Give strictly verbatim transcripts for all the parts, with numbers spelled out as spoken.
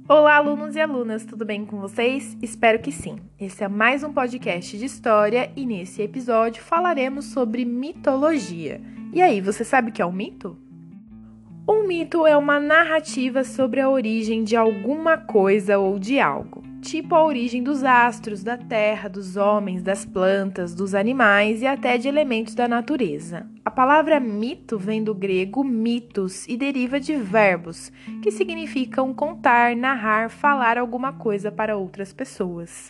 Olá, alunos e alunas, tudo bem com vocês? Espero que sim. Esse é mais um podcast de história e nesse episódio falaremos sobre mitologia. E aí, você sabe o que é um mito? Um mito é uma narrativa sobre a origem de alguma coisa ou de algo, tipo a origem dos astros, da terra, dos homens, das plantas, dos animais e até de elementos da natureza. A palavra mito vem do grego mitos e deriva de verbos, que significam contar, narrar, falar alguma coisa para outras pessoas.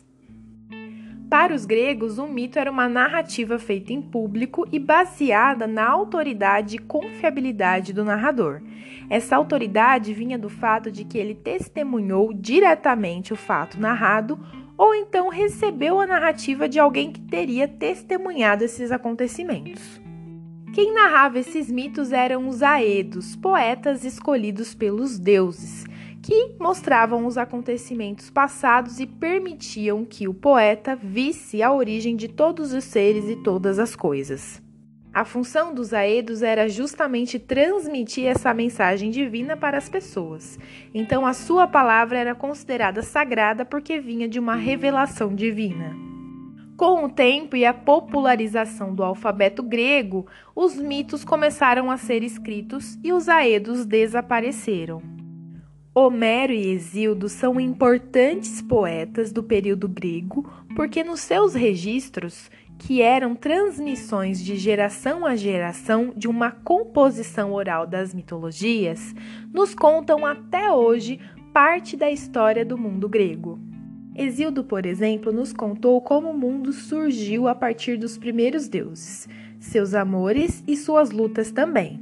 Para os gregos, um mito era uma narrativa feita em público e baseada na autoridade e confiabilidade do narrador. Essa autoridade vinha do fato de que ele testemunhou diretamente o fato narrado ou então recebeu a narrativa de alguém que teria testemunhado esses acontecimentos. Quem narrava esses mitos eram os aedos, poetas escolhidos pelos deuses, que mostravam os acontecimentos passados e permitiam que o poeta visse a origem de todos os seres e todas as coisas. A função dos aedos era justamente transmitir essa mensagem divina para as pessoas. Então, a sua palavra era considerada sagrada porque vinha de uma revelação divina. Com o tempo e a popularização do alfabeto grego, os mitos começaram a ser escritos e os aedos desapareceram. Homero e Hesíodo são importantes poetas do período grego porque nos seus registros, que eram transmissões de geração a geração de uma composição oral das mitologias, nos contam até hoje parte da história do mundo grego. Hesíodo, por exemplo, nos contou como o mundo surgiu a partir dos primeiros deuses, seus amores e suas lutas também.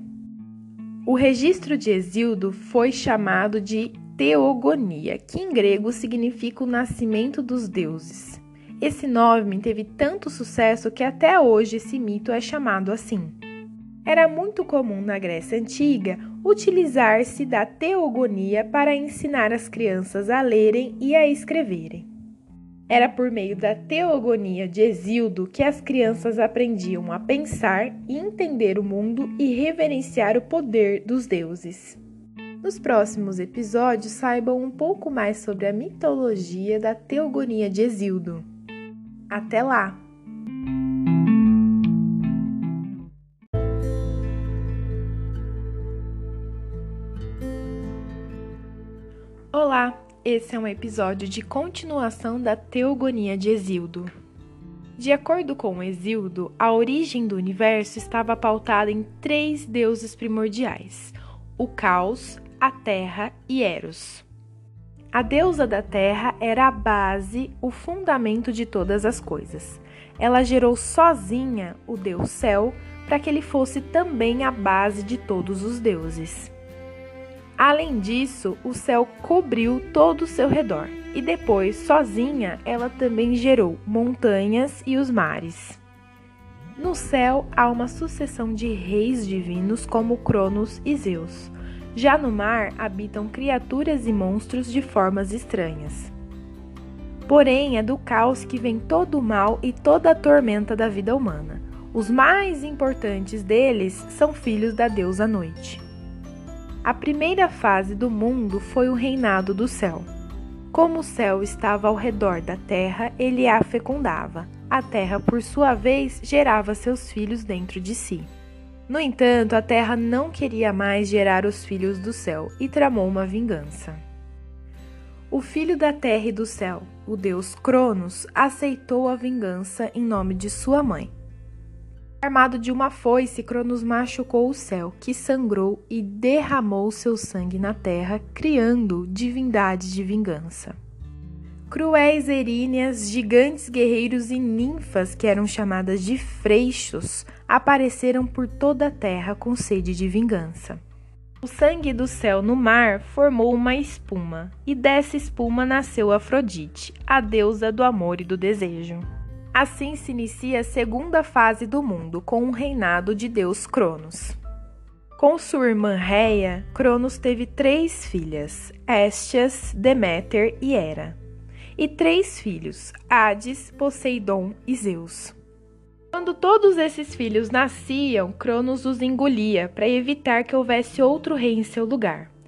O registro de Hesíodo foi chamado de teogonia, que em grego significa o nascimento dos deuses. Esse nome teve tanto sucesso que até hoje esse mito é chamado assim. Era muito comum na Grécia Antiga utilizar-se da teogonia para ensinar as crianças a lerem e a escreverem. Era por meio da teogonia de Hesíodo que as crianças aprendiam a pensar e entender o mundo e reverenciar o poder dos deuses. Nos próximos episódios, saibam um pouco mais sobre a mitologia da teogonia de Hesíodo. Até lá! Olá! Esse é um episódio de continuação da Teogonia de Hesíodo. De acordo com Hesíodo, a origem do universo estava pautada em três deuses primordiais: o Caos, a Terra e Eros. A deusa da Terra era a base, o fundamento de todas as coisas. Ela gerou sozinha o deus Céu para que ele fosse também a base de todos os deuses. Além disso, o céu cobriu todo o seu redor e depois, sozinha, ela também gerou montanhas e os mares. No céu há uma sucessão de reis divinos como Cronos e Zeus. Já no mar habitam criaturas e monstros de formas estranhas. Porém, é do caos que vem todo o mal e toda a tormenta da vida humana. Os mais importantes deles são filhos da deusa Noite. A primeira fase do mundo foi o reinado do céu. Como o céu estava ao redor da terra, ele a fecundava. A terra, por sua vez, gerava seus filhos dentro de si. No entanto, a terra não queria mais gerar os filhos do céu e tramou uma vingança. O filho da terra e do céu, o deus Cronos, aceitou a vingança em nome de sua mãe. Armado de uma foice, Cronos machucou o céu, que sangrou e derramou seu sangue na terra, criando divindades de vingança. Cruéis eríneas, gigantes guerreiros e ninfas, que eram chamadas de freixos, apareceram por toda a terra com sede de vingança. O sangue do céu no mar formou uma espuma, e dessa espuma nasceu Afrodite, a deusa do amor e do desejo. Assim se inicia a segunda fase do mundo, com o reinado de deus Cronos. Com sua irmã Réia, Cronos teve três filhas, Éstias, Deméter e Hera, e três filhos, Hades, Poseidon e Zeus. Quando todos esses filhos nasciam, Cronos os engolia para evitar que houvesse outro rei em seu lugar.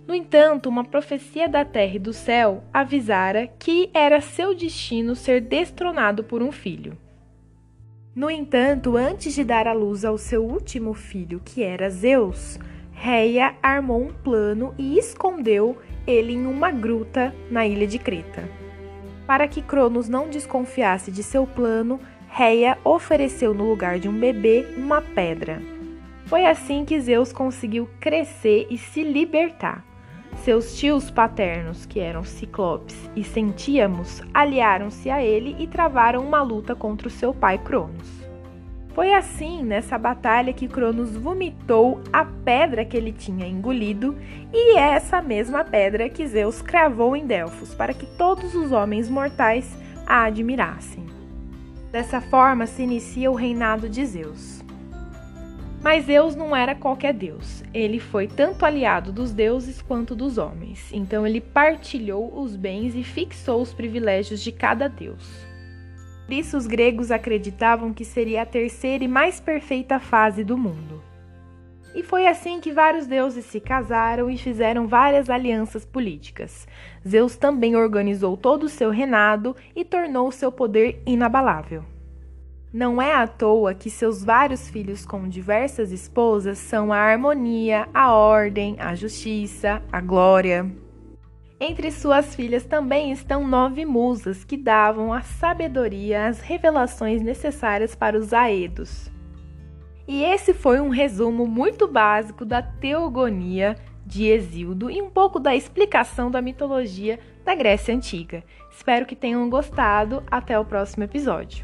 No entanto, uma profecia da terra e do céu avisara que era seu destino ser destronado por um filho. No entanto, antes de dar à luz ao seu último filho, que era Zeus, Reia armou um plano e escondeu ele em uma gruta na ilha de Creta. Para que Cronos não desconfiasse de seu plano, Reia ofereceu no lugar de um bebê uma pedra. Foi assim que Zeus conseguiu crescer e se libertar. Seus tios paternos, que eram Ciclopes e Centíamos, aliaram-se a ele e travaram uma luta contra o seu pai Cronos. Foi assim, nessa batalha, que Cronos vomitou a pedra que ele tinha engolido e essa mesma pedra que Zeus cravou em Delfos, para que todos os homens mortais a admirassem. Dessa forma se inicia o reinado de Zeus. Mas Zeus não era qualquer deus, ele foi tanto aliado dos deuses quanto dos homens, então ele partilhou os bens e fixou os privilégios de cada deus. Por isso os gregos acreditavam que seria a terceira e mais perfeita fase do mundo. E foi assim que vários deuses se casaram e fizeram várias alianças políticas. Zeus também organizou todo o seu reinado e tornou seu poder inabalável. Não é à toa que seus vários filhos com diversas esposas são a harmonia, a ordem, a justiça, a glória. Entre suas filhas também estão nove musas que davam a sabedoria, as revelações necessárias para os aedos. E esse foi um resumo muito básico da teogonia de Hesíodo e um pouco da explicação da mitologia da Grécia Antiga. Espero que tenham gostado. Até o próximo episódio.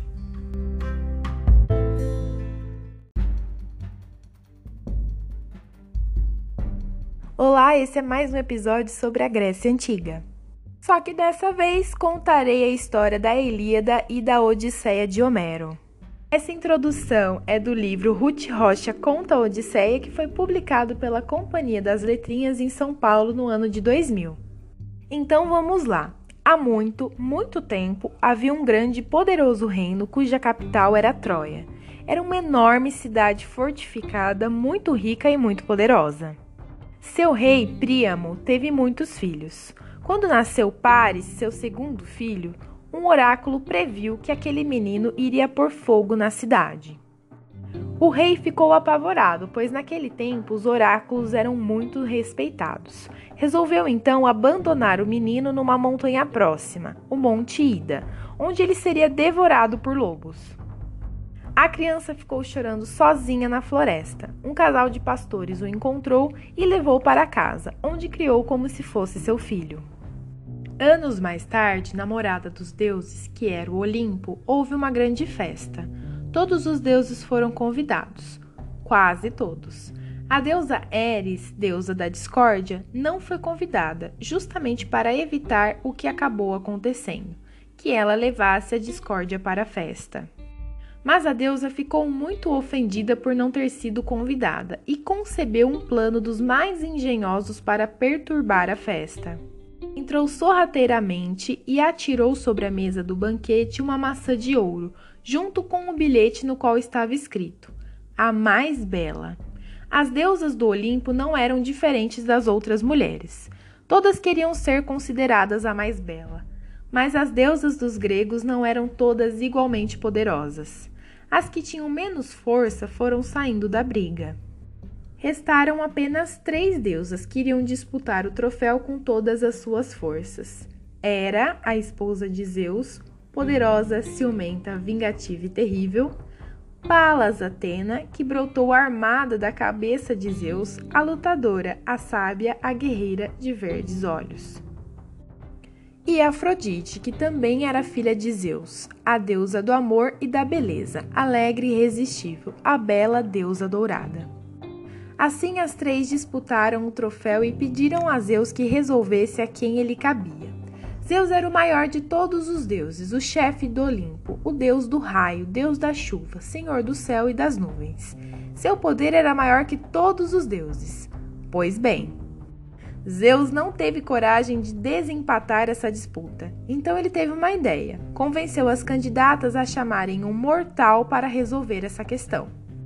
Olá, esse é mais um episódio sobre a Grécia Antiga. Só que dessa vez contarei a história da Ilíada e da Odisseia de Homero. Essa introdução é do livro Ruth Rocha Conta a Odisseia, que foi publicado pela Companhia das Letrinhas em São Paulo no ano de dois mil. Então vamos lá. Há muito, muito tempo, havia um grande e poderoso reino cuja capital era Troia. Era uma enorme cidade fortificada, muito rica e muito poderosa. Seu rei, Príamo, teve muitos filhos. Quando nasceu Paris, seu segundo filho, um oráculo previu que aquele menino iria pôr fogo na cidade. O rei ficou apavorado, pois naquele tempo os oráculos eram muito respeitados. Resolveu então abandonar o menino numa montanha próxima, o Monte Ida, onde ele seria devorado por lobos. A criança ficou chorando sozinha na floresta. Um casal de pastores o encontrou e levou para casa, onde criou como se fosse seu filho. Anos mais tarde, na morada dos deuses, que era o Olimpo, houve uma grande festa. Todos os deuses foram convidados, quase todos. A deusa Eris, deusa da discórdia, não foi convidada, justamente para evitar o que acabou acontecendo, que ela levasse a discórdia para a festa. Mas a deusa ficou muito ofendida por não ter sido convidada e concebeu um plano dos mais engenhosos para perturbar a festa. Entrou sorrateiramente e atirou sobre a mesa do banquete uma maçã de ouro, junto com um bilhete no qual estava escrito: a mais bela. As deusas do Olimpo não eram diferentes das outras mulheres. Todas queriam ser consideradas a mais bela. Mas as deusas dos gregos não eram todas igualmente poderosas. As que tinham menos força foram saindo da briga. Restaram apenas três deusas que iriam disputar o troféu com todas as suas forças. Hera, a esposa de Zeus, poderosa, ciumenta, vingativa e terrível. Palas Atena, que brotou armada da cabeça de Zeus, a lutadora, a sábia, a guerreira de verdes olhos. E Afrodite, que também era filha de Zeus, a deusa do amor e da beleza, alegre e irresistível, a bela deusa dourada. Assim as três disputaram o troféu e pediram a Zeus que resolvesse a quem ele cabia. Zeus era o maior de todos os deuses, o chefe do Olimpo, o deus do raio, deus da chuva, senhor do céu e das nuvens. Seu poder era maior que todos os deuses. Pois bem, Zeus não teve coragem de desempatar essa disputa, então ele teve uma ideia. Convenceu as candidatas a chamarem um mortal para resolver essa questão.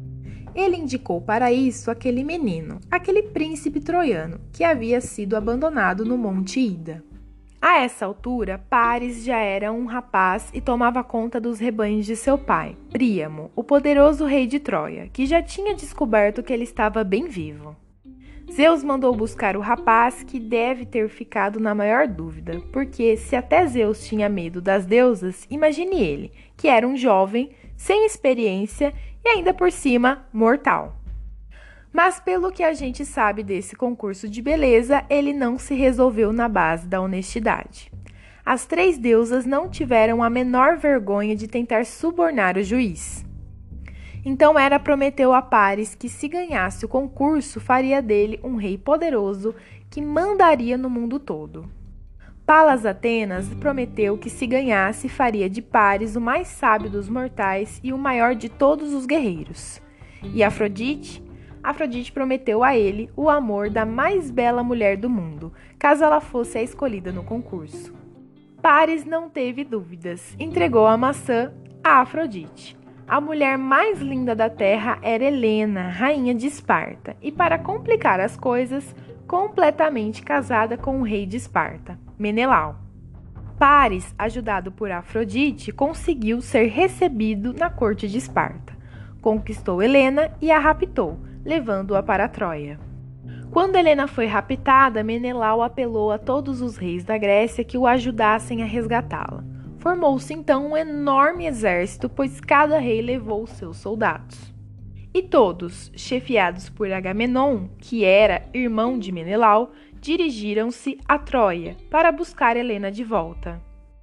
Ele indicou para isso aquele menino, aquele príncipe troiano, que havia sido abandonado no Monte Ida. A essa altura, Paris já era um rapaz e tomava conta dos rebanhos de seu pai, Príamo, o poderoso rei de Troia, que já tinha descoberto que ele estava bem vivo. Zeus mandou buscar o rapaz, que deve ter ficado na maior dúvida, porque se até Zeus tinha medo das deusas, imagine ele, que era um jovem, sem experiência e ainda por cima mortal. Mas pelo que a gente sabe desse concurso de beleza, ele não se resolveu na base da honestidade. As três deusas não tiveram a menor vergonha de tentar subornar o juiz. Então Hera prometeu a Paris que, se ganhasse o concurso, faria dele um rei poderoso que mandaria no mundo todo. Palas Atenas prometeu que, se ganhasse, faria de Paris o mais sábio dos mortais e o maior de todos os guerreiros. E Afrodite? Afrodite prometeu a ele o amor da mais bela mulher do mundo, caso ela fosse a escolhida no concurso. Paris não teve dúvidas, entregou a maçã a Afrodite. A mulher mais linda da terra era Helena, rainha de Esparta, e para complicar as coisas, completamente casada com o rei de Esparta, Menelau. Paris, ajudado por Afrodite, conseguiu ser recebido na corte de Esparta. Conquistou Helena e a raptou, levando-a para Troia. Quando Helena foi raptada, Menelau apelou a todos os reis da Grécia que o ajudassem a resgatá-la. Formou-se então um enorme exército, pois cada rei levou seus soldados. E todos, chefiados por Agamenon, que era irmão de Menelau, dirigiram-se a Troia para buscar Helena de volta.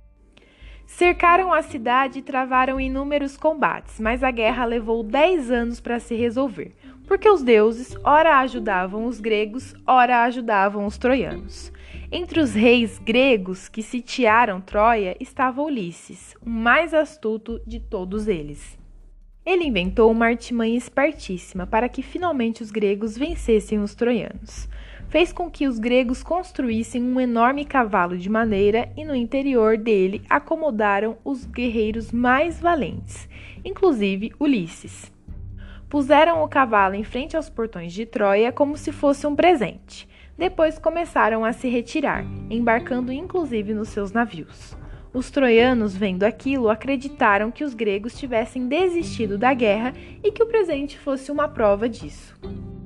Cercaram a cidade e travaram inúmeros combates, mas a guerra levou dez anos para se resolver, porque os deuses ora ajudavam os gregos, ora ajudavam os troianos. Entre os reis gregos que sitiaram Troia estava Ulisses, o mais astuto de todos eles. Ele inventou uma artimanha espertíssima para que finalmente os gregos vencessem os troianos. Fez com que os gregos construíssem um enorme cavalo de madeira e no interior dele acomodaram os guerreiros mais valentes, inclusive Ulisses. Puseram o cavalo em frente aos portões de Troia como se fosse um presente. Depois começaram a se retirar, embarcando inclusive nos seus navios. Os troianos, vendo aquilo, acreditaram que os gregos tivessem desistido da guerra e que o presente fosse uma prova disso.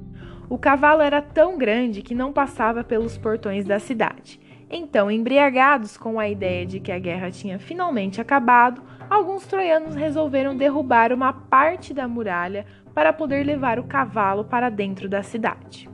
O cavalo era tão grande que não passava pelos portões da cidade. Então, embriagados com a ideia de que a guerra tinha finalmente acabado, alguns troianos resolveram derrubar uma parte da muralha para poder levar o cavalo para dentro da cidade.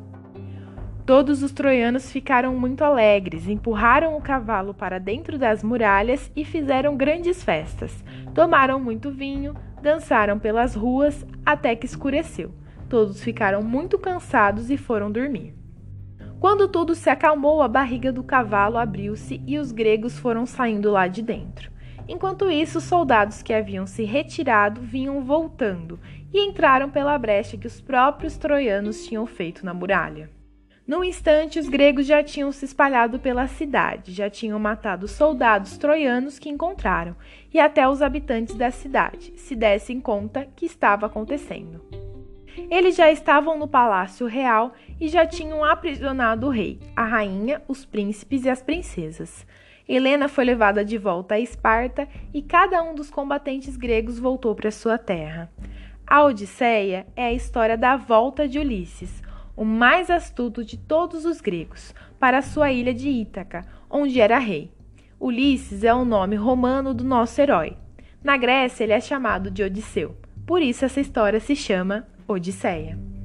Todos os troianos ficaram muito alegres, empurraram o cavalo para dentro das muralhas e fizeram grandes festas. Tomaram muito vinho, dançaram pelas ruas até que escureceu. Todos ficaram muito cansados e foram dormir. Quando tudo se acalmou, a barriga do cavalo abriu-se e os gregos foram saindo lá de dentro. Enquanto isso, os soldados que haviam se retirado vinham voltando e entraram pela brecha que os próprios troianos tinham feito na muralha. Num instante, os gregos já tinham se espalhado pela cidade, já tinham matado os soldados troianos que encontraram, e até os habitantes da cidade se dessem conta que estava acontecendo. Eles já estavam no palácio real e já tinham aprisionado o rei, a rainha, os príncipes e as princesas. Helena foi levada de volta a Esparta e cada um dos combatentes gregos voltou para sua terra. A Odisseia é a história da volta de Ulisses, o mais astuto de todos os gregos, para sua ilha de Ítaca, onde era rei. Ulisses é o nome romano do nosso herói. Na Grécia, ele é chamado de Odisseu. Por isso essa história se chama Odisseia.